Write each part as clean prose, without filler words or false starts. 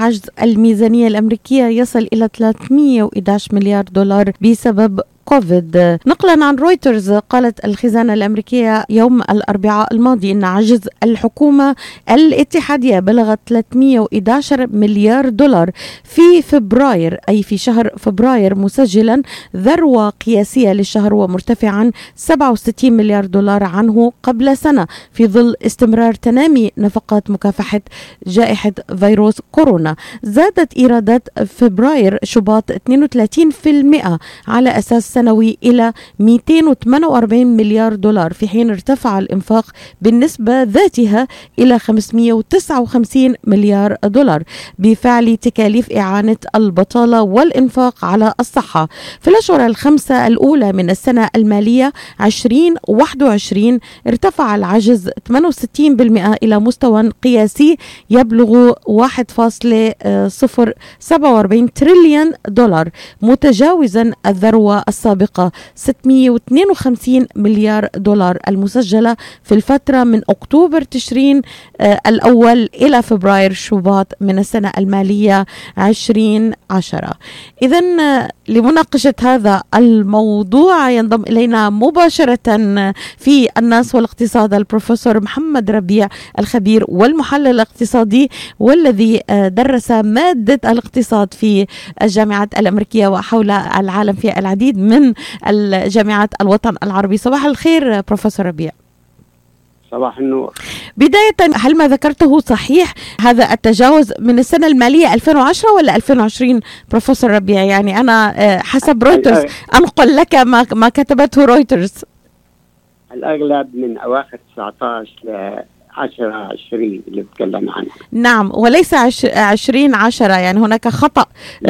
عجز الميزانية الأمريكية يصل إلى 311 مليار دولار بسبب كوفيد. نقلا عن رويترز، قالت الخزانة الأمريكية يوم الأربعاء الماضي أن عجز الحكومة الاتحادية بلغ 311 مليار دولار في فبراير، أي في شهر فبراير، مسجلا ذروة قياسية للشهر ومرتفعا 67 مليار دولار عنه قبل سنة، في ظل استمرار تنامي نفقات مكافحة جائحة فيروس كورونا. زادت إيرادات فبراير شباط 32% على أساس سنوي إلى 248 مليار دولار، في حين ارتفع الإنفاق بالنسبة ذاتها إلى 559 مليار دولار بفعل تكاليف إعانة البطالة والإنفاق على الصحة. في الأشهر الخمسة الأولى من السنة المالية 2021 ارتفع العجز 68% إلى مستوى قياسي يبلغ 1.047 تريليون دولار، متجاوزا الذروة السابقة 652 مليار دولار المسجلة في الفترة من أكتوبر تشرين الأول إلى فبراير شباط من السنة المالية 2010. إذن لمناقشة هذا الموضوع ينضم إلينا مباشرة في الناس والاقتصاد البروفيسور محمد ربيع، الخبير والمحلل الاقتصادي والذي درس مادة الاقتصاد في الجامعات الأمريكية وحول العالم في العديد من الجامعات الوطن العربي. صباح الخير بروفيسور ربيع. صباح النور. بداية، هل ما ذكرته صحيح هذا التجاوز من السنة المالية 2010 ولا 2020 بروفيسور ربيع؟ يعني أنا حسب رويترز أنقل لك ما كتبته رويترز. الأغلب من أواخر 19 ل 10-20 اللي بتكلم عنه. نعم، وليس 2010، يعني هناك خطأ.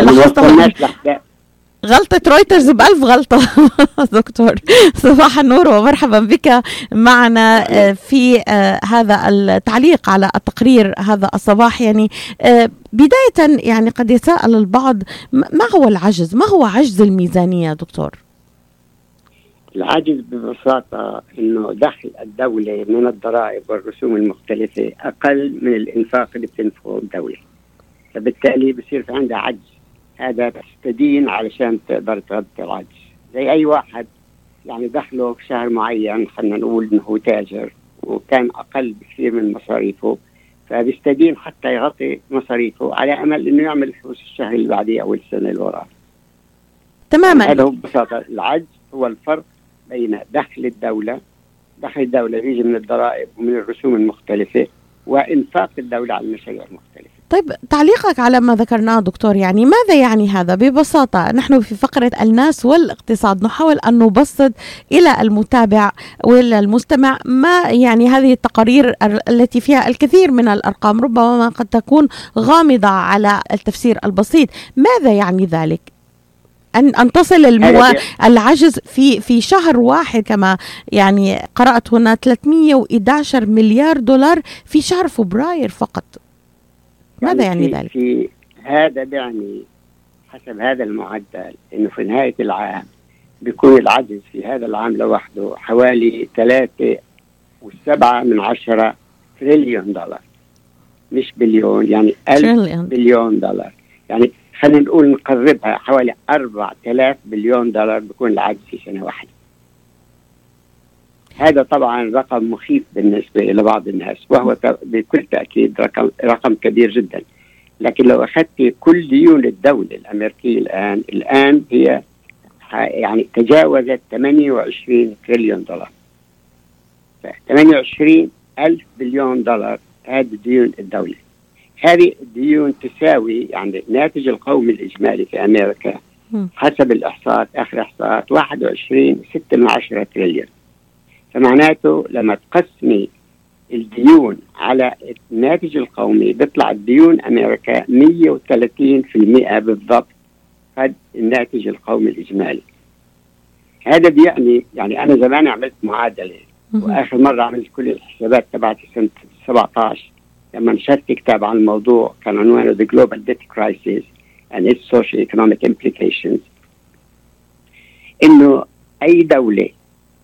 غلطة رويترز بألف غلطة. دكتور صباح النور ومرحبا بك معنا في هذا التعليق على التقرير هذا الصباح. يعني بداية، يعني قد يتساءل البعض، ما هو العجز؟ ما هو عجز الميزانية دكتور؟ العجز ببساطة إنه دخل الدولة من الضرائب والرسوم المختلفة أقل من الإنفاق اللي بتنفقه الدولة، فبالتالي بصير في عندها عجز. هذا تستدين علشان تقدر تغطي العجز، زي أي واحد يعني دخله في شهر معين، خلينا نقول إنه هو تاجر وكان أقل بكثير من مصاريفه، فبيستدين حتى يغطي مصاريفه على أمل إنه يعمل الفلوس الشهر اللي بعديه أو السنة اللي وراه. تماما. هذا هو ببساطة العجز، هو الفرق بين دخل الدولة بيجي من الضرائب ومن الرسوم المختلفة، وإنفاق الدولة على المشاريع المختلفة. طيب، تعليقك على ما ذكرناه دكتور، يعني ماذا يعني هذا؟ ببساطة نحن في فقرة الناس والاقتصاد نحاول أن نبسط إلى المتابع وإلى المستمع ما يعني هذه التقارير التي فيها الكثير من الأرقام ربما قد تكون غامضة على التفسير البسيط. ماذا يعني ذلك؟ أن تصل العجز في شهر واحد، كما يعني قرأت هنا 311 مليار دولار في شهر فبراير فقط. ماذا يعني ذلك؟ في هذا بيعني حسب هذا المعدل إنه في نهاية العام بيكون العجز في هذا العام لوحده حوالي 3.7 تريليون دولار، مش بليون، يعني 1000 بليون دولار. يعني خلينا نقول نقربها حوالي 4000 بليون دولار بيكون العجز في سنة واحدة. هذا طبعا رقم مخيف بالنسبة لبعض الناس، وهو بكل تأكيد رقم كبير جدا. لكن لو أخذت كل ديون الدولة الأمريكية الآن هي يعني تجاوزت 28 تريليون دولار. 28 ألف بليون دولار هذه ديون الدولة. هذه الديون تساوي يعني الناتج القومي الإجمالي في أمريكا حسب الإحصاءات، آخر إحصاءات 21.6 تريليون. فمعناته لما تقسمي الديون على الناتج القومي بيطلع الديون أمريكا 130% بالضبط قد الناتج القومي الإجمالي. هذا بيعني يعني أنا زمان عملت معادلة، وآخر مرة عملت كل الحسابات تبعت سنة 17 لما نشرت كتاب عن الموضوع كان عنوانه The Global Debt Crisis and its Socio-Economic Implications. إنه أي دولة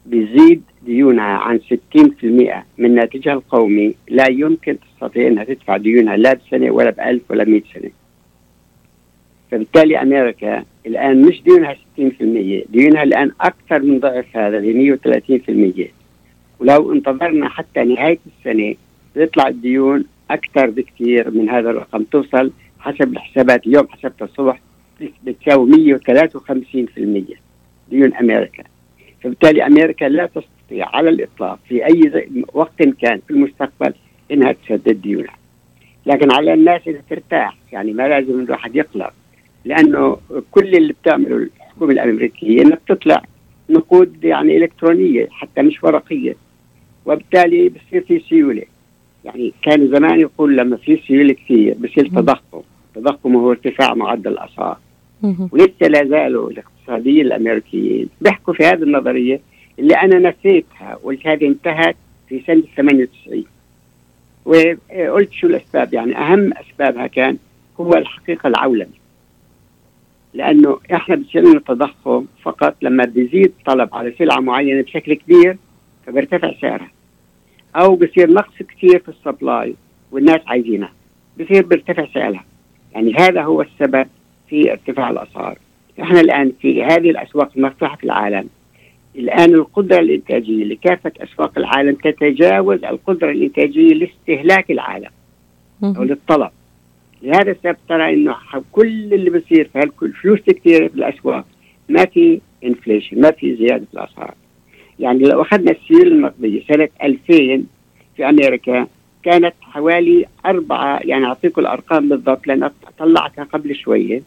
بيزيد ديونها عن 60% من ناتجها القومي، لا يمكن تستطيع أنها تدفع ديونها لا بسنة ولا ب1000 ولا 100 سنة. فبالتالي أمريكا الآن مش ديونها 60%، ديونها الآن أكثر من ضعف هذا، 130%. ولو انتظرنا حتى نهاية السنة يطلع الديون أكثر بكثير من هذا الرقم، توصل حسب الحسابات اليوم حسبتها الصبح بتساوي 153% ديون أمريكا. فبالتالي أمريكا لا تستطيع على الإطلاق في أي وقت كان في المستقبل إنها تسدد ديونها. لكن على الناس إذا ترتاح، يعني ما لازم الواحد يقلق، لأنه كل اللي بتعمله الحكومة الأمريكية إنها بتطلع نقود يعني إلكترونية حتى مش ورقية، وبالتالي بصير في سيولة. يعني كان زمان يقول لما في سيولة كثير بصير تضخم، التضخم هو ارتفاع معدل الأسعار. ولسه لا زالوا الاقتصاديين الأمريكيين بيحكوا في هذه النظرية اللي أنا نسيتها، قلت هذه انتهت في سنة 98. وقلت شو الأسباب، يعني أهم أسبابها كان هو الحقيقة العولمة، لأنه إحنا بصير لنا تضخم فقط لما بيزيد طلب على سلعة معينة بشكل كبير فبيرتفع سعرها، أو بصير نقص كثير في السبلاي والناس عايزينها بصير بيرتفع سعرها. يعني هذا هو السبب في ارتفاع الأسعار. إحنا الآن في هذه الأسواق المفتوحة في العالم، الآن القدرة الإنتاجية لكافة أسواق العالم تتجاوز القدرة الإنتاجية لاستهلاك العالم أو للطلب. لهذا السبب ترى إنه كل اللي بصير في هالكل فلوس كثير في الأسواق، ما في انفليشن، ما في زيادة الأسعار. يعني لو أخذنا السيولة النقدية سنة 2000 في أمريكا كانت حوالي 4، يعني أعطيكم الأرقام بالضبط لأن طلعتها قبل شوية،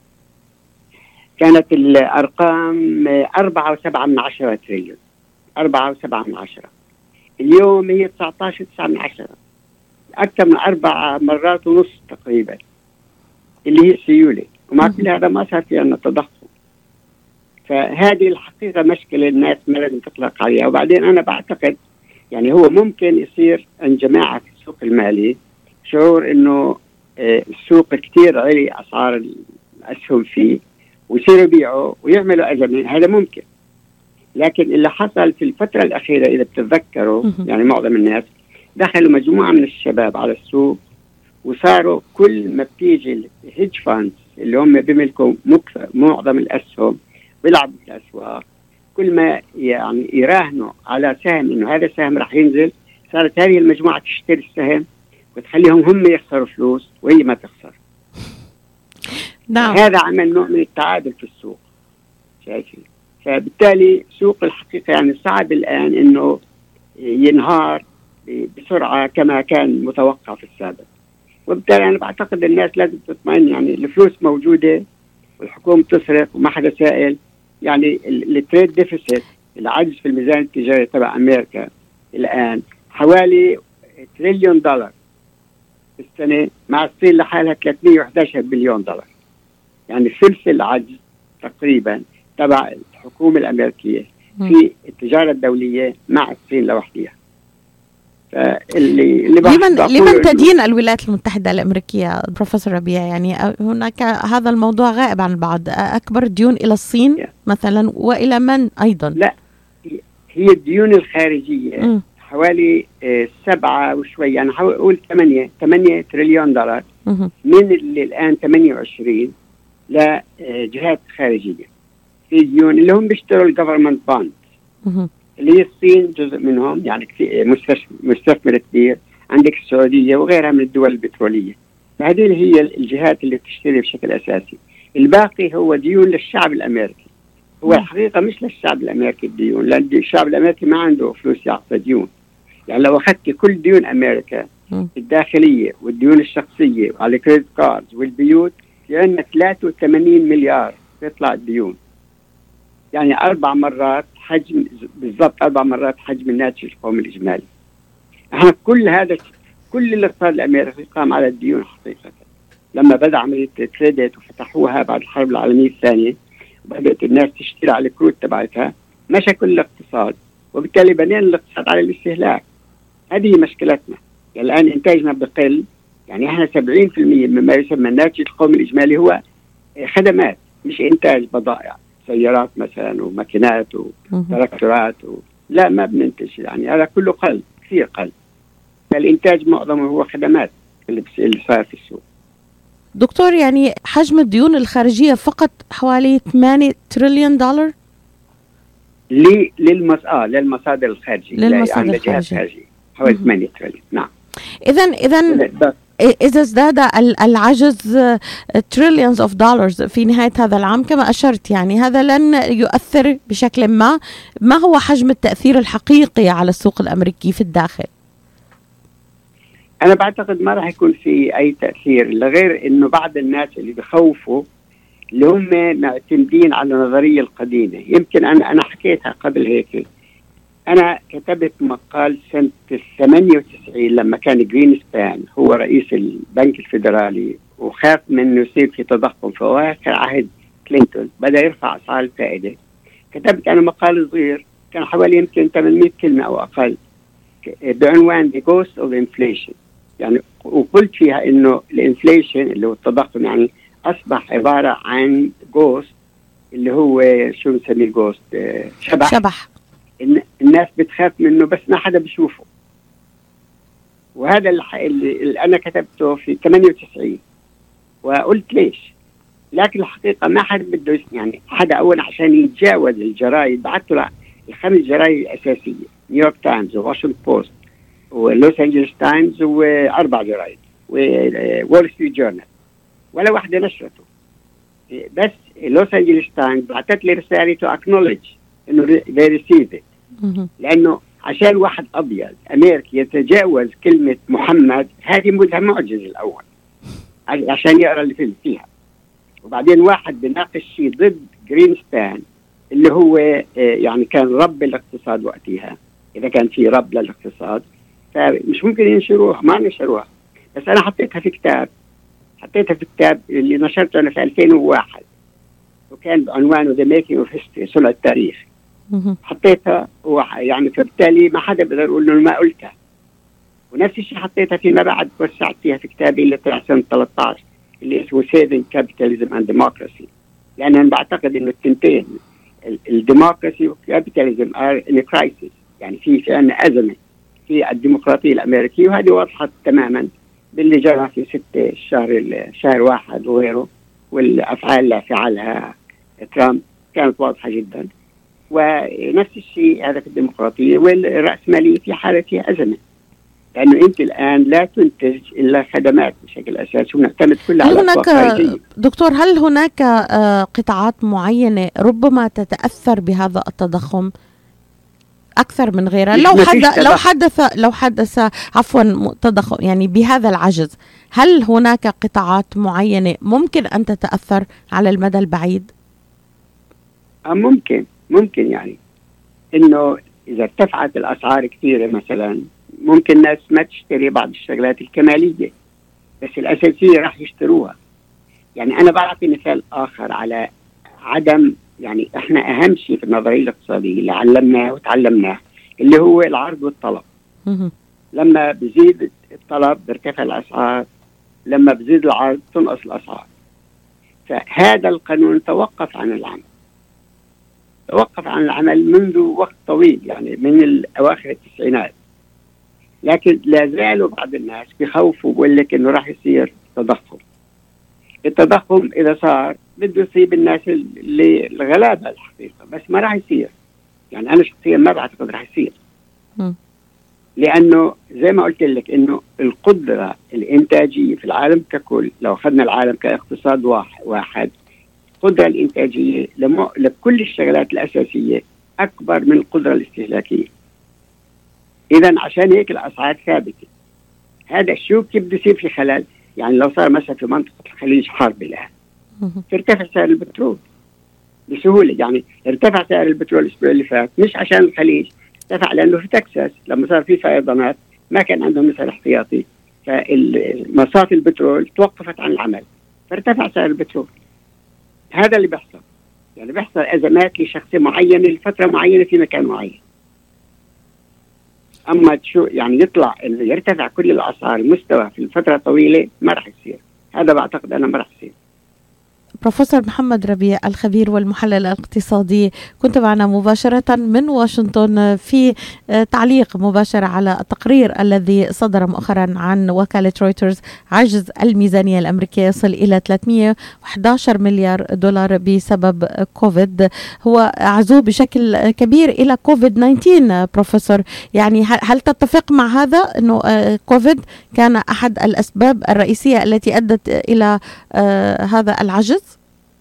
كانت الأرقام 4.7 تريليون، 4.7. اليوم هي 19.9، أكثر من 4 مرات ونص تقريبا اللي هي السيولة، ومع كل هذا ما صار في عندنا تضخم. فهذه الحقيقة مشكلة الناس ما لازم تقلق عليها. وبعدين أنا بعتقد يعني هو ممكن يصير عند جماعة في السوق المالي شعور إنه السوق كتير علي أسعار الأسهم فيه ويصيروا يبيعوا ويعملوا أزمة، هذا ممكن. لكن اللي حصل في الفترة الأخيرة إذا بتتذكروا يعني معظم الناس دخلوا مجموعة من الشباب على السوق، وصاروا كل ما بتيجي الهيدج فاندز اللي هم بيملكوا معظم الأسهم بيلعبوا في الأسواق، كل ما يعني يراهنوا على سهم إنه هذا السهم راح ينزل، صارت هذه المجموعة تشتري السهم وتخليهم هم يخسروا فلوس وهي ما تخسر. نعم. هذا عمل نوع من التعادل في السوق، شايفين؟ فبالتالي سوق الحقيقة يعني صعب الآن إنه ينهار بسرعة كما كان متوقع في السابق. وبالتالي أنا بعتقد الناس لازم تطمئن، يعني الفلوس موجودة والحكومة تصرف وما حدا سائل. يعني التريد ديفيسيت، العجز في الميزان التجاري تبع أمريكا الآن حوالي $1 تريليون في السنة، مع الصين لحالها $311 بليون. يعني ثلث العجز تقريبا تبع الحكومة الأمريكية في التجارة الدولية مع الصين لوحدها. لمن تدين الولايات المتحدة الأمريكية بروفيسور ربيع؟ يعني هناك هذا الموضوع غائب عن البعض، أكبر ديون إلى الصين مثلا وإلى من أيضا؟ لا، هي الديون الخارجية حوالي 7 وشوي، يعني أقول 8 تريليون دولار من اللي الآن 28 لجهات خارجية. في ديون اللي هم بيشتروا الجفرمنت باند اللي هي الصين جزء منهم، يعني مستثمر كبير، عندك السعودية وغيرها من الدول البترولية. فهذه هي الجهات اللي بتشتري بشكل أساسي. الباقي هو ديون للشعب الأمريكي. هو الحقيقة مش للشعب الأمريكي الديون، لأن الشعب الأمريكي ما عنده فلوس يعطي ديون. يعني لو أخذت كل ديون أمريكا الداخلية والديون الشخصية وعلى الكريدت كاردز والبيوت، لأن 83 مليار تطلع الديون، يعني 4 مرات حجم، بالضبط 4 مرات حجم الناتج القومي الإجمالي. احنا كل الاقتصاد الأمريكي قام على الديون حقيقة. لما بدأ عملية الكريدت وفتحوها بعد الحرب العالمية الثانية وبدأت الناس تشتري على الكروت تبعتها، مشى كل الاقتصاد، وبالتالي بنينا الاقتصاد على الاستهلاك. هذه مشكلتنا. يعني الآن إنتاجنا بقل، يعني احنا 70% مما يسمى الناتج القومي الإجمالي هو خدمات، مش إنتاج بضائع، سيارات مثلا وماكينات وتراكتورات لا ما بننتج، يعني هذا كله قل كثير قل. فالإنتاج معظمه هو خدمات اللي صار في السوق. دكتور، يعني حجم الديون الخارجية فقط حوالي 8 تريليون دولار للمصادر الخارجية، للمصادر الخارجية حوالي 8 تريليون. نعم. إذا ازداد العجز تريليونز اوف دولارز في نهاية هذا العام كما أشرت، يعني هذا لن يؤثر بشكل ما هو حجم التأثير الحقيقي على السوق الأمريكي في الداخل؟ أنا بعتقد ما راح يكون في أي تأثير، لغير إنه بعض الناس اللي بخوفوا اللي هم معتمدين على النظرية القديمة. يمكن أنا حكيتها قبل هيك. أنا كتبت مقال سنة 98 لما كان جرينسبان هو رئيس البنك الفيدرالي، وخاف من إنه يصير في تضخم في أواخر عهد كلينتون، بدأ يرفع أسعار الفائدة. كتبت أنا مقال صغير كان حوالي يمكن 800 كلمة أو أقل بعنوان The Ghost of Inflation. يعني وقلت فيها إنه الانفليشن اللي هو التضخم يعني أصبح عبارة عن جوست، اللي هو شو نسميه جوست، شبح. الناس بتخاف منه بس ما حدا بيشوفه. وهذا اللي أنا كتبته في 98، وقلت ليش. لكن الحقيقة ما حدا بده، يعني حدا أول عشان يتجاوز الجرايد بعثوا له ال5 جرايد الأساسية، نيويورك تايمز وواشنطن بوست ولوس أنجلوس تايمز و4 جرايد وول ستريت جورنال، ولا واحدة نشرته. بس لوس أنجلوس تايمز بعثت لي رسالة تو أكنولج إنه they received it. لأنه عشان واحد أبيض أمريكي يتجاوز كلمة محمد، هذه معجزة الأول عشان يقرأ اللي فيها. وبعدين واحد بناقش شيء ضد جرينسبان اللي هو يعني كان رب الاقتصاد وقتها، إذا كان في رب للاقتصاد فمش ممكن ينشروها، ما نشروها. بس أنا حطيتها في كتاب اللي نشرته أنا في 2001، وكان بعنوانه The Making of History، صنع التاريخ. حطيتها يعني فبالتالي ما حدا بيقدر يقول له ما قلتها. ونفس الشيء حطيتها فيما بعد، وسعت فيها في كتابي اللي طلع سنة 13 اللي اسمه Saving Capitalism and Democracy، لأن أنا بعتقد إنه التنتين الديمقراطي والكابيتاليزم are in a crisis، يعني في عندنا أزمة في الديمقراطية الأمريكية، وهذه وضحت تماما باللي جرى في 6 شهر 1 وغيره، والأفعال اللي فعلها ترامب كانت واضحة جدا. ونفس الشيء هذا في الديمقراطية والرأسمالية في حالة أزمة، لأنه أنت الآن لا تنتج إلا خدمات بشكل أساسي ونعتمد كلها على الأسواق الخارجية. دكتور، هل هناك قطاعات معينة ربما تتأثر بهذا التضخم أكثر من غيرها؟ لو حدث عفوا تضخم يعني بهذا العجز، هل هناك قطاعات معينة ممكن أن تتأثر على المدى البعيد؟ ممكن يعني إنه إذا ارتفعت الأسعار كثيرة مثلا ممكن الناس ما تشتري بعض الشغلات الكمالية، بس الأساسية راح يشتروها. يعني أنا بعطي مثال آخر على عدم، يعني إحنا أهم شيء في النظرية الاقتصادية اللي علمناه وتعلمناه اللي هو العرض والطلب. لما بزيد الطلب بيرتفع الأسعار، لما بزيد العرض تنقص الأسعار. فهذا القانون توقف عن العمل منذ وقت طويل، يعني من أواخر التسعينات. لكن لا زالوا بعض الناس بيخوفوا بيقول لك إنه راح يصير تضخم. التضخم إذا صار بده يصيب الناس اللي الغلابة الحقيقة، بس ما راح يصير. يعني أنا شخصيا ما بعتقد راح يصير، لأنه زي ما قلت لك إنه القدرة الإنتاجية في العالم ككل، لو أخذنا العالم كاقتصاد واحد، القدرة الإنتاجية لكل الشغلات الأساسية أكبر من القدرة الاستهلاكية. إذن عشان هيك الأسعار ثابتة. هذا الشيء كيف بده يصير في خلال، يعني لو صار مثلا في منطقة الخليج حرب الآن ترتفع سعر البترول بسهولة. يعني ارتفع سعر البترول الأسبوع اللي فات مش عشان الخليج، ارتفع لأنه في تكساس لما صار في فيضانات ما كان عندهم مثل احتياطي، فمصافي البترول توقفت عن العمل فارتفع سعر البترول. هذا اللي بيحصل، يعني بيحصل أزمات لشخص معين لفترة معينة في مكان معين. أما يعني يطلع إنه يرتفع كل الأسعار المستوى في الفترة طويلة ما راح يصير. هذا بعتقد أنا ما راح يصير. بروفيسور محمد ربيع الخبير والمحلل الاقتصادي، كنت معنا مباشرة من واشنطن في تعليق مباشر على التقرير الذي صدر مؤخرا عن وكالة رويترز. عجز الميزانية الأمريكية يصل إلى 311 مليار دولار بسبب كوفيد. هو عزو بشكل كبير إلى كوفيد 19 بروفيسور، يعني هل تتفق مع هذا أنه كوفيد كان أحد الأسباب الرئيسية التي أدت إلى هذا العجز؟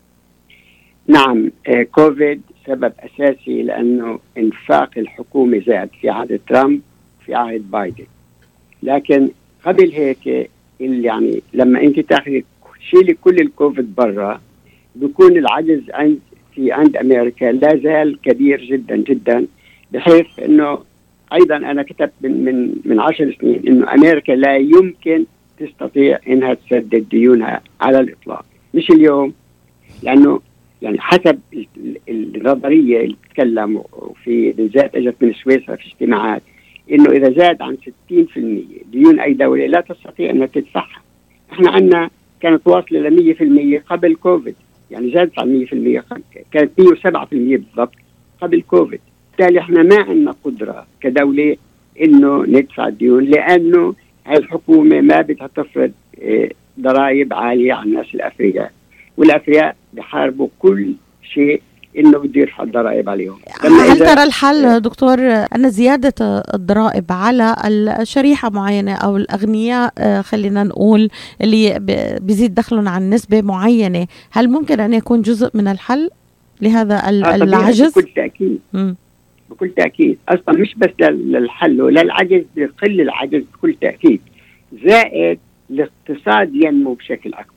نعم، كوفيد سبب أساسي لأنه انفاق الحكومة زاد في عهد ترامب في عهد بايدن. لكن قبل هيك يعني لما أنت تاخذي شيلي كل الكوفيد برا، بيكون العجز عند أمريكا لا زال كبير جدا جدا، بحيث أنه أيضا أنا كتبت من 10 سنين أنه أمريكا لا يمكن تستطيع أنها تسدد ديونها على الإطلاق. مش اليوم، لأنه يعني حسب النظرية اللي بتتكلم في بالذات اجت من سويسرا في اجتماعات، انه اذا زاد عن 60% ديون اي دولة لا تستطيع انها تدفعها. احنا عندنا كانت واصلة ل 100% قبل كوفيد، يعني زادت عن 100%، كانت 107% بالضبط قبل كوفيد. بالتالي احنا ما عندنا قدرة كدولة انه ندفع الديون، لانه هاي الحكومة ما بدها تفرض ضرائب عالية على الناس الأثرياء، والأثرياء بحاربوا كل شيء إنه بده يرفع الضرائب عليهم. هل ترى الحل دكتور أن زيادة الضرائب على الشريحة معينة أو الأغنياء خلينا نقول اللي بيزيد دخلهم عن نسبة معينة، هل ممكن أن يكون جزء من الحل لهذا العجز؟ بكل تأكيد. بكل تأكيد، أصلا مش بس للحل ولا العجز، بيقل العجز بكل تأكيد، زائد الاقتصاد ينمو بشكل أكبر.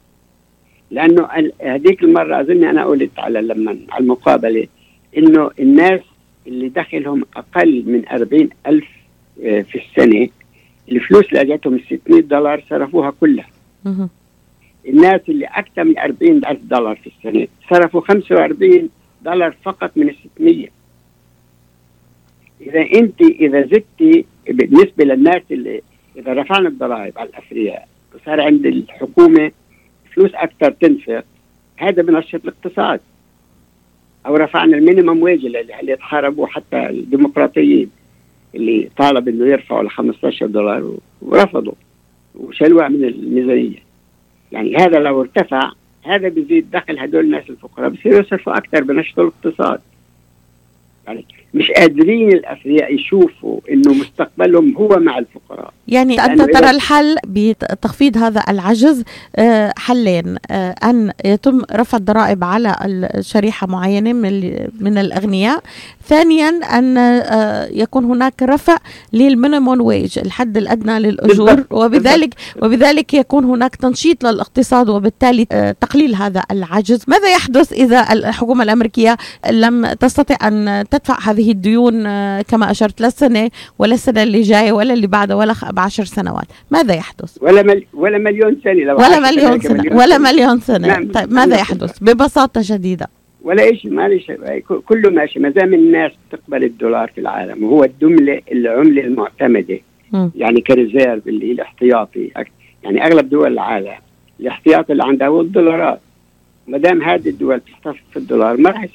لأنه هذيك المرة أظن أنا قلت على المقابلة إنه الناس اللي دخلهم أقل من 40,000 في السنة، الفلوس اللي أجتهم $600 صرفوها كلها. الناس اللي أكثر من $40,000 في السنة صرفوا $45 فقط من 600. إذا زدتي بالنسبة للناس اللي إذا رفعنا الضرائب على الأثرياء وصار عند الحكومة فلوس أكثر تنفق، هذا بنشط الاقتصاد. أو رفعنا المينيمم ويج اللي تحاربوا حتى الديمقراطيين اللي طالب إنه يرفعوا ل $15 ورفضوا وشالوها من الميزانية. يعني هذا لو ارتفع هذا بيزيد دخل هدول الناس الفقراء، بصيروا يصرفوا أكثر بنشط الاقتصاد. يعني مش قادرين الأثرياء يشوفوا إنه مستقبلهم هو مع الفقراء. يعني أنت ترى الحل بتخفيض هذا العجز حلين: أن يتم رفع الضرائب على الشريحة معينة من الأغنياء، ثانيا أن يكون هناك رفع للمينيموم ويج، الحد الأدنى للأجور، وبذلك يكون هناك تنشيط للاقتصاد وبالتالي تقليل هذا العجز. ماذا يحدث إذا الحكومة الأمريكية لم تستطع أن تدفع هذه الديون كما أشرت للسنة ولا السنة اللي جاية ولا اللي بعدها ولا ب10 سنوات؟ ماذا يحدث؟ ولا مليون سنة، ولا مليون سنة. طيب ماذا يحدث ببساطة شديدة؟ ولا شيء، معلش، كله ماشي ما دام الناس تقبل الدولار في العالم، وهو العملة المعتمدة. يعني كريزيرف اللي هي الاحتياطي، يعني أغلب دول العالم الاحتياطي اللي عندها هو الدولارات. ما دام هذه الدول تحتفظ في الدولار ما راح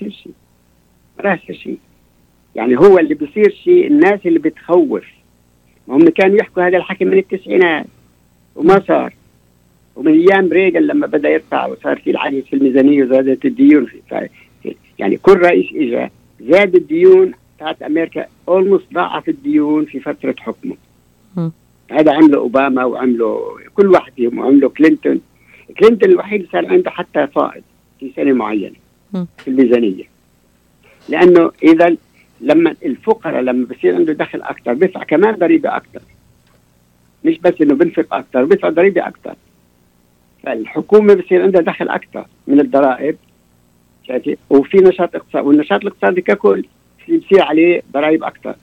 يصير شيء. يعني هو اللي بيصير شيء الناس اللي بتخوف. هم كانوا يحكوا هذا الحكي من التسعينات وما صار، ومن ايام ريغان لما بدا يرفع وصار في العجز في الميزانيه وزادت الديون يعني كل رئيس اجى زاد الديون تاعت امريكا، اولموست ضاعف الديون في فتره حكمه. هذا عمله اوباما وعمله كل واحد فيهم، وعمله كلينتون الوحيد اللي صار عنده حتى فائض في سنه معينه في الميزانيه. لانه اذا لما الفقراء لما بصير عنده دخل اكثر بيدفع كمان ضريبه اكثر، مش بس انه بنفق اكثر، بيدفع ضريبه اكثر. فالحكومه بصير عندها دخل اكثر من الضرائب، شايفه، وفي نشاط اقتصادي، والنشاط الاقتصادي ككل بصير عليه ضرائب اكثر،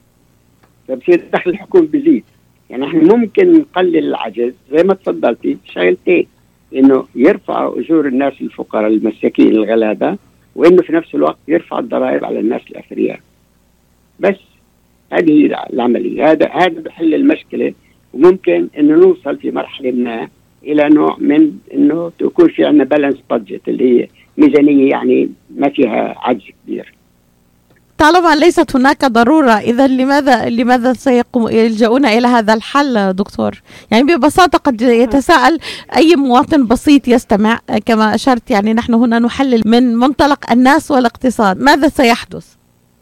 فبصير دخل الحكومه بيزيد. يعني احنا ممكن نقلل العجز زي ما تفضلتي شغلتين، انه يرفع اجور الناس الفقراء المساكين الغلابه، وانه في نفس الوقت يرفع الضرائب على الناس الاثرياء. بس هذه هي العمليه، هذا بحل المشكله. وممكن انه نوصل في مرحله ما الى نوع من انه تكون في عندنا بالانس بادجت اللي هي ميزانيه يعني ما فيها عجز كبير. طالما ليست هناك ضرورة، إذا لماذا يلجؤون إلى هذا الحل دكتور؟ يعني ببساطة قد يتساءل أي مواطن بسيط يستمع، كما أشرت يعني نحن هنا نحلل من منطلق الناس والاقتصاد، ماذا سيحدث؟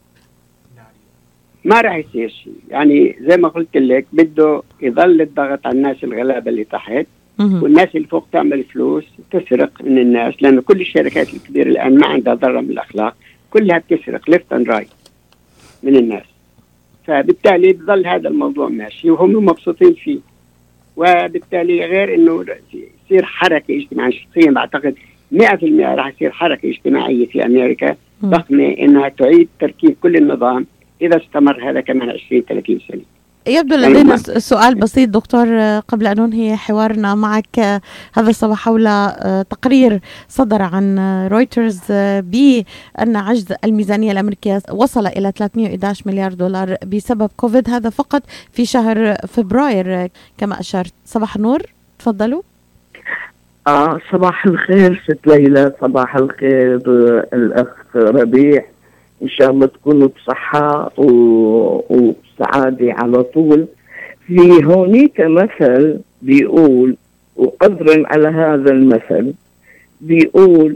ما راح يصير شيء، يعني زي ما قلت لك بده يظل الضغط على الناس الغلابة اللي تحت، والناس اللي فوق تعمل فلوس تسرق من الناس، لأنه كل الشركات الكبيرة الآن ما عندها ضرر من الأخلاق، كلها بتسرق ليفت اند رايت من الناس، فبالتالي بظل هذا الموضوع ماشي وهم مبسوطين فيه. وبالتالي غير انه يصير حركه اجتماعيه، شخصيا بعتقد 100% راح يصير حركه اجتماعيه في امريكا ضخمه انها تعيد تركيب كل النظام اذا استمر هذا كمان 20-30 سنه. يبدو لدينا سؤال بسيط دكتور قبل أن ننهي حوارنا معك هذا الصباح حول تقرير صدر عن رويترز بأن عجز الميزانية الأمريكية وصل إلى 311 مليار دولار بسبب كوفيد، هذا فقط في شهر فبراير كما أشرت. صباح النور، تفضلوا. صباح الخير ست ليلى، صباح الخير الأخ ربيع، إن شاء الله تكونوا بصحة وسعادة على طول. في هونيك مثل بيقول، وقدرا على هذا المثل بيقول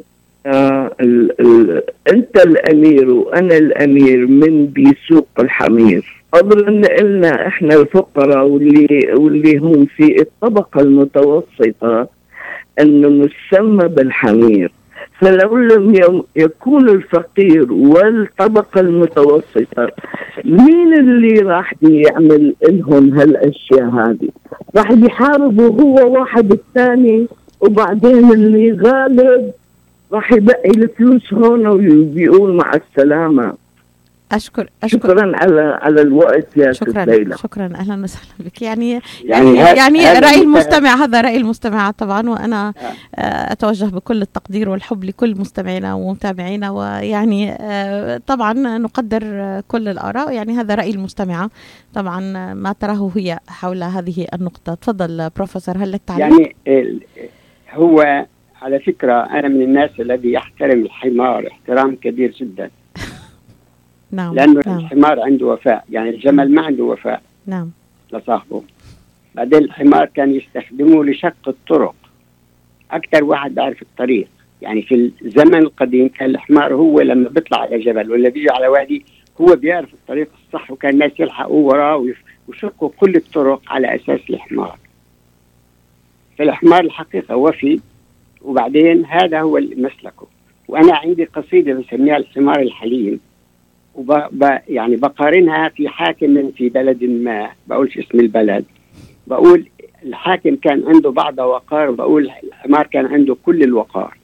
أنت الأمير وأنا الأمير من بيسوق الحمير. قدرا لنا إحنا الفقراء واللي هم في الطبقة المتوسطة أنه نسمى بالحمير، فلو لم يكون الفقير والطبقة المتوسطة، مين اللي راح يعمل لهم هالأشياء هذه؟ راح يحاربوا هو واحد الثاني، وبعدين اللي غالب راح يبقي الفلوس هون وبيقول مع السلامة. شكرا على الوقت يا ليلى. شكرا، اهلا وسهلا بك. يعني راي المستمع، هذا راي المستمع طبعا، وانا اتوجه بكل التقدير والحب لكل مستمعينا ومتابعينا، ويعني طبعا نقدر كل الاراء، يعني هذا راي المستمعه طبعا ما تراه هي حول هذه النقطه. تفضل بروفيسور، هل لك تعليق؟ يعني هو على فكره انا من الناس الذي يحترم الحمار احترام كبير جدا. نعم. لأنه الحمار عنده وفاء، يعني الجمل ما عنده وفاء لصاحبه. بعدين الحمار كان يستخدموه لشق الطرق، أكثر واحد بيعرف الطريق. يعني في الزمن القديم كان الحمار هو لما بيطلع على جبل ولا بيجي على وادي هو بيعرف الطريق الصح، وكان الناس يلحقوا وراه ويشقوا كل الطرق على أساس الحمار. فالحمار الحقيقة وفي، وبعدين هذا هو مسلكه. وأنا عندي قصيدة بسميها الحمار الحليم، يعني بقارنها في حاكم في بلد ما، بقولش اسم البلد، بقول الحاكم كان عنده بعض وقار، وبقول الحمار كان عنده كل الوقار.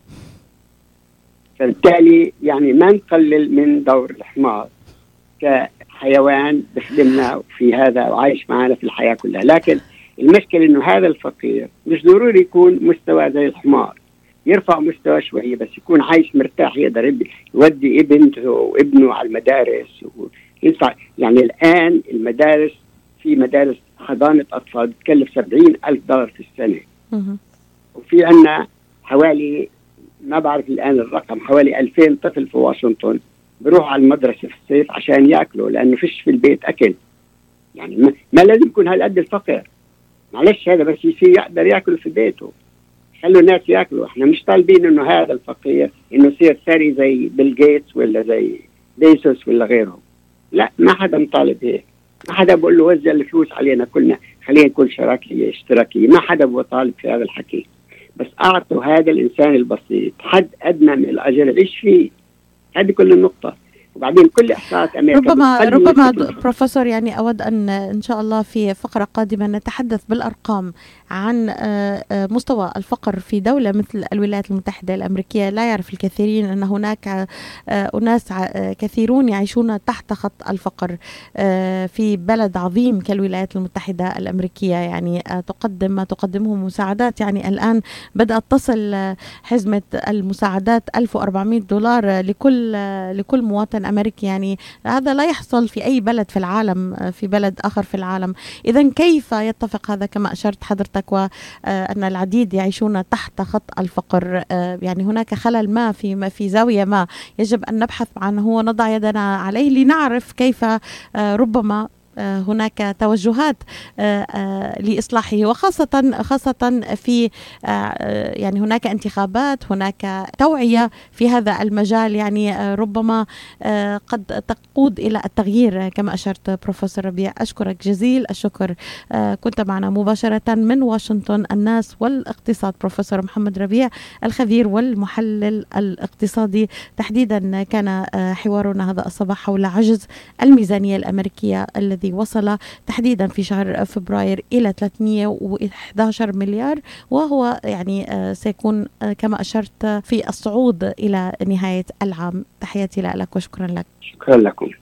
فبالتالي يعني ما نقلل من دور الحمار كحيوان بخدمنا في هذا وعايش معنا في الحياة كلها، لكن المشكلة انه هذا الفقير مش ضروري يكون مستوى زي الحمار، يرفع مستوى شوية بس يكون عايش مرتاح، يقدر يودي ابنته وابنه على المدارس ويدفع. يعني الآن المدارس، في مدارس حضانة أطفال بتكلف $70,000 في السنة، وفي عنا حوالي، ما بعرف الآن الرقم، حوالي 2000 طفل في واشنطن بروحوا على المدرسة في الصيف عشان يأكلوا، لأنه فيش في البيت أكل. يعني ما لازم يكون هالقد الفقر، معلش هذا بس يصير يقدر يأكل في بيته، خلوا الناس يأكلوا. احنا مش طالبين انه هذا الفقير انه يصير ثري زي بيل جيتس ولا زي بيسوس ولا غيرهم، لا، ما حدا مطالب هيك، ما حدا بقول له وزع الفلوس علينا كلنا، خلينا نكون اشتراكية، ما حدا بطالب في هذا الحكي. بس اعطوا هذا الانسان البسيط حد ادنى من الاجر يعيش فيه، هذه كل النقطة. وبعدين كل إحصاءات أمريكا ربما بروفيسور يعني أود أن شاء الله في فقرة قادمة نتحدث بالأرقام عن مستوى الفقر في دولة مثل الولايات المتحدة الأمريكية. لا يعرف الكثيرين أن هناك أناس كثيرون يعيشون تحت خط الفقر في بلد عظيم كالولايات المتحدة الأمريكية، يعني ما تقدمه مساعدات. يعني الآن بدأت تصل حزمة المساعدات $1400 لكل مواطن أمريكي، يعني هذا لا يحصل في أي بلد في العالم، في بلد آخر في العالم. إذن كيف يتفق هذا كما أشرت حضرتك، وأن العديد يعيشون تحت خط الفقر؟ يعني هناك خلل ما في زاوية ما يجب أن نبحث عنه ونضع يدنا عليه لنعرف كيف ربما هناك توجهات لإصلاحه، خاصة في يعني هناك انتخابات، هناك توعية في هذا المجال، يعني ربما قد تقود إلى التغيير كما أشرت. بروفيسور ربيع، أشكرك جزيل الشكر. كنت معنا مباشرة من واشنطن الناس والاقتصاد بروفيسور محمد ربيع الخبير والمحلل الاقتصادي تحديدا. كان حوارنا هذا الصباح حول عجز الميزانية الأمريكية الذي وصل تحديدا في شهر فبراير إلى 311 مليار، وهو يعني سيكون كما أشرت في الصعود إلى نهاية العام. تحياتي لك وشكرا لك. شكرا لكم.